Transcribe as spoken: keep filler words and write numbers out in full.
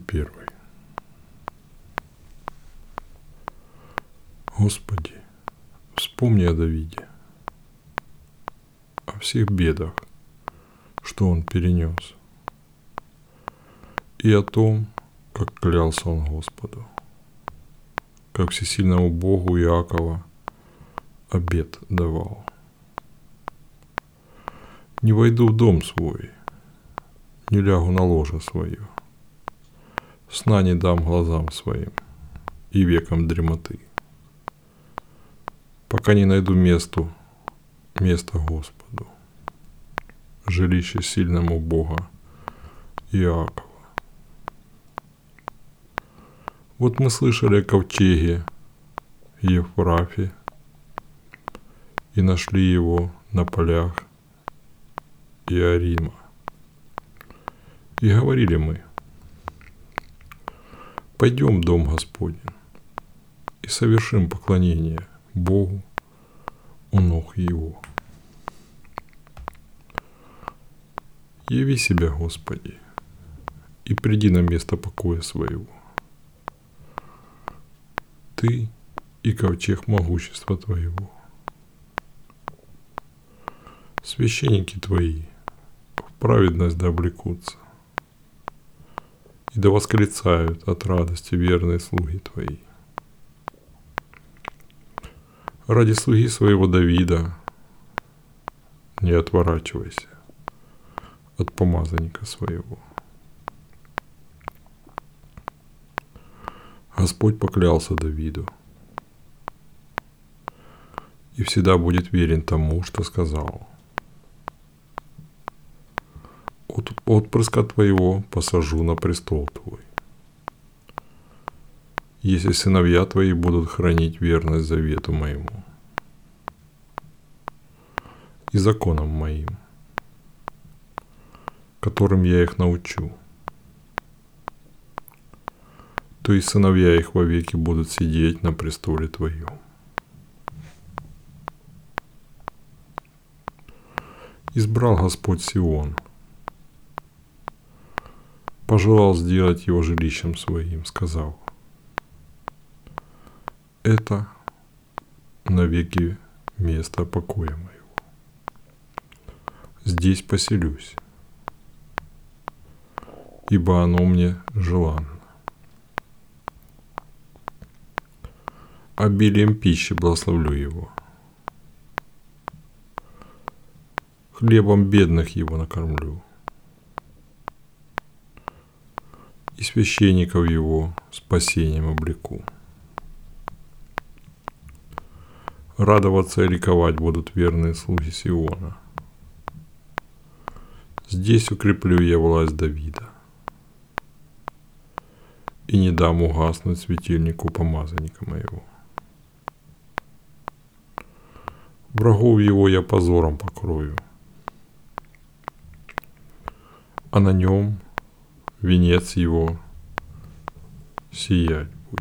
первый. Господи, вспомни о Давиде, о всех бедах, что он перенес, и о том, как клялся он Господу, как всесильному Богу Иакова обет давал. Не войду в дом свой, не лягу на ложе свое, сна не дам глазам своим и векам дремоты, пока не найду месту, место Господу, жилище сильному Бога Иакова. Вот мы слышали о ковчеге Евфрафе и нашли его на полях Иорима. И говорили мы: пойдем в дом Господень и совершим поклонение Богу у ног Его. Яви себя, Господи, и приди на место покоя своего. Ты и ковчег могущества Твоего. Священники Твои в праведность да облекутся, и да восклицают от радости верные слуги Твои. Ради слуги своего Давида не отворачивайся от помазанника своего. Господь поклялся Давиду и всегда будет верен тому, что сказал: от отпрыска твоего посажу на престол твой, если сыновья твои будут хранить верность завету моему и законам моим, которым я их научу, то и сыновья их вовеки будут сидеть на престоле твоем. Избрал Господь Сион, пожелал сделать его жилищем своим, сказав: это навеки место покоя моего. Здесь поселюсь, ибо оно мне желанно. Обилием пищи благословлю его, хлебом бедных его накормлю, и священников его спасением облеку. Радоваться и ликовать будут верные слуги Сиона. Здесь укреплю я власть Давида и не дам угаснуть светильнику помазанника моего. Врагов его я позором покрою, а на нем венец его сиять будет.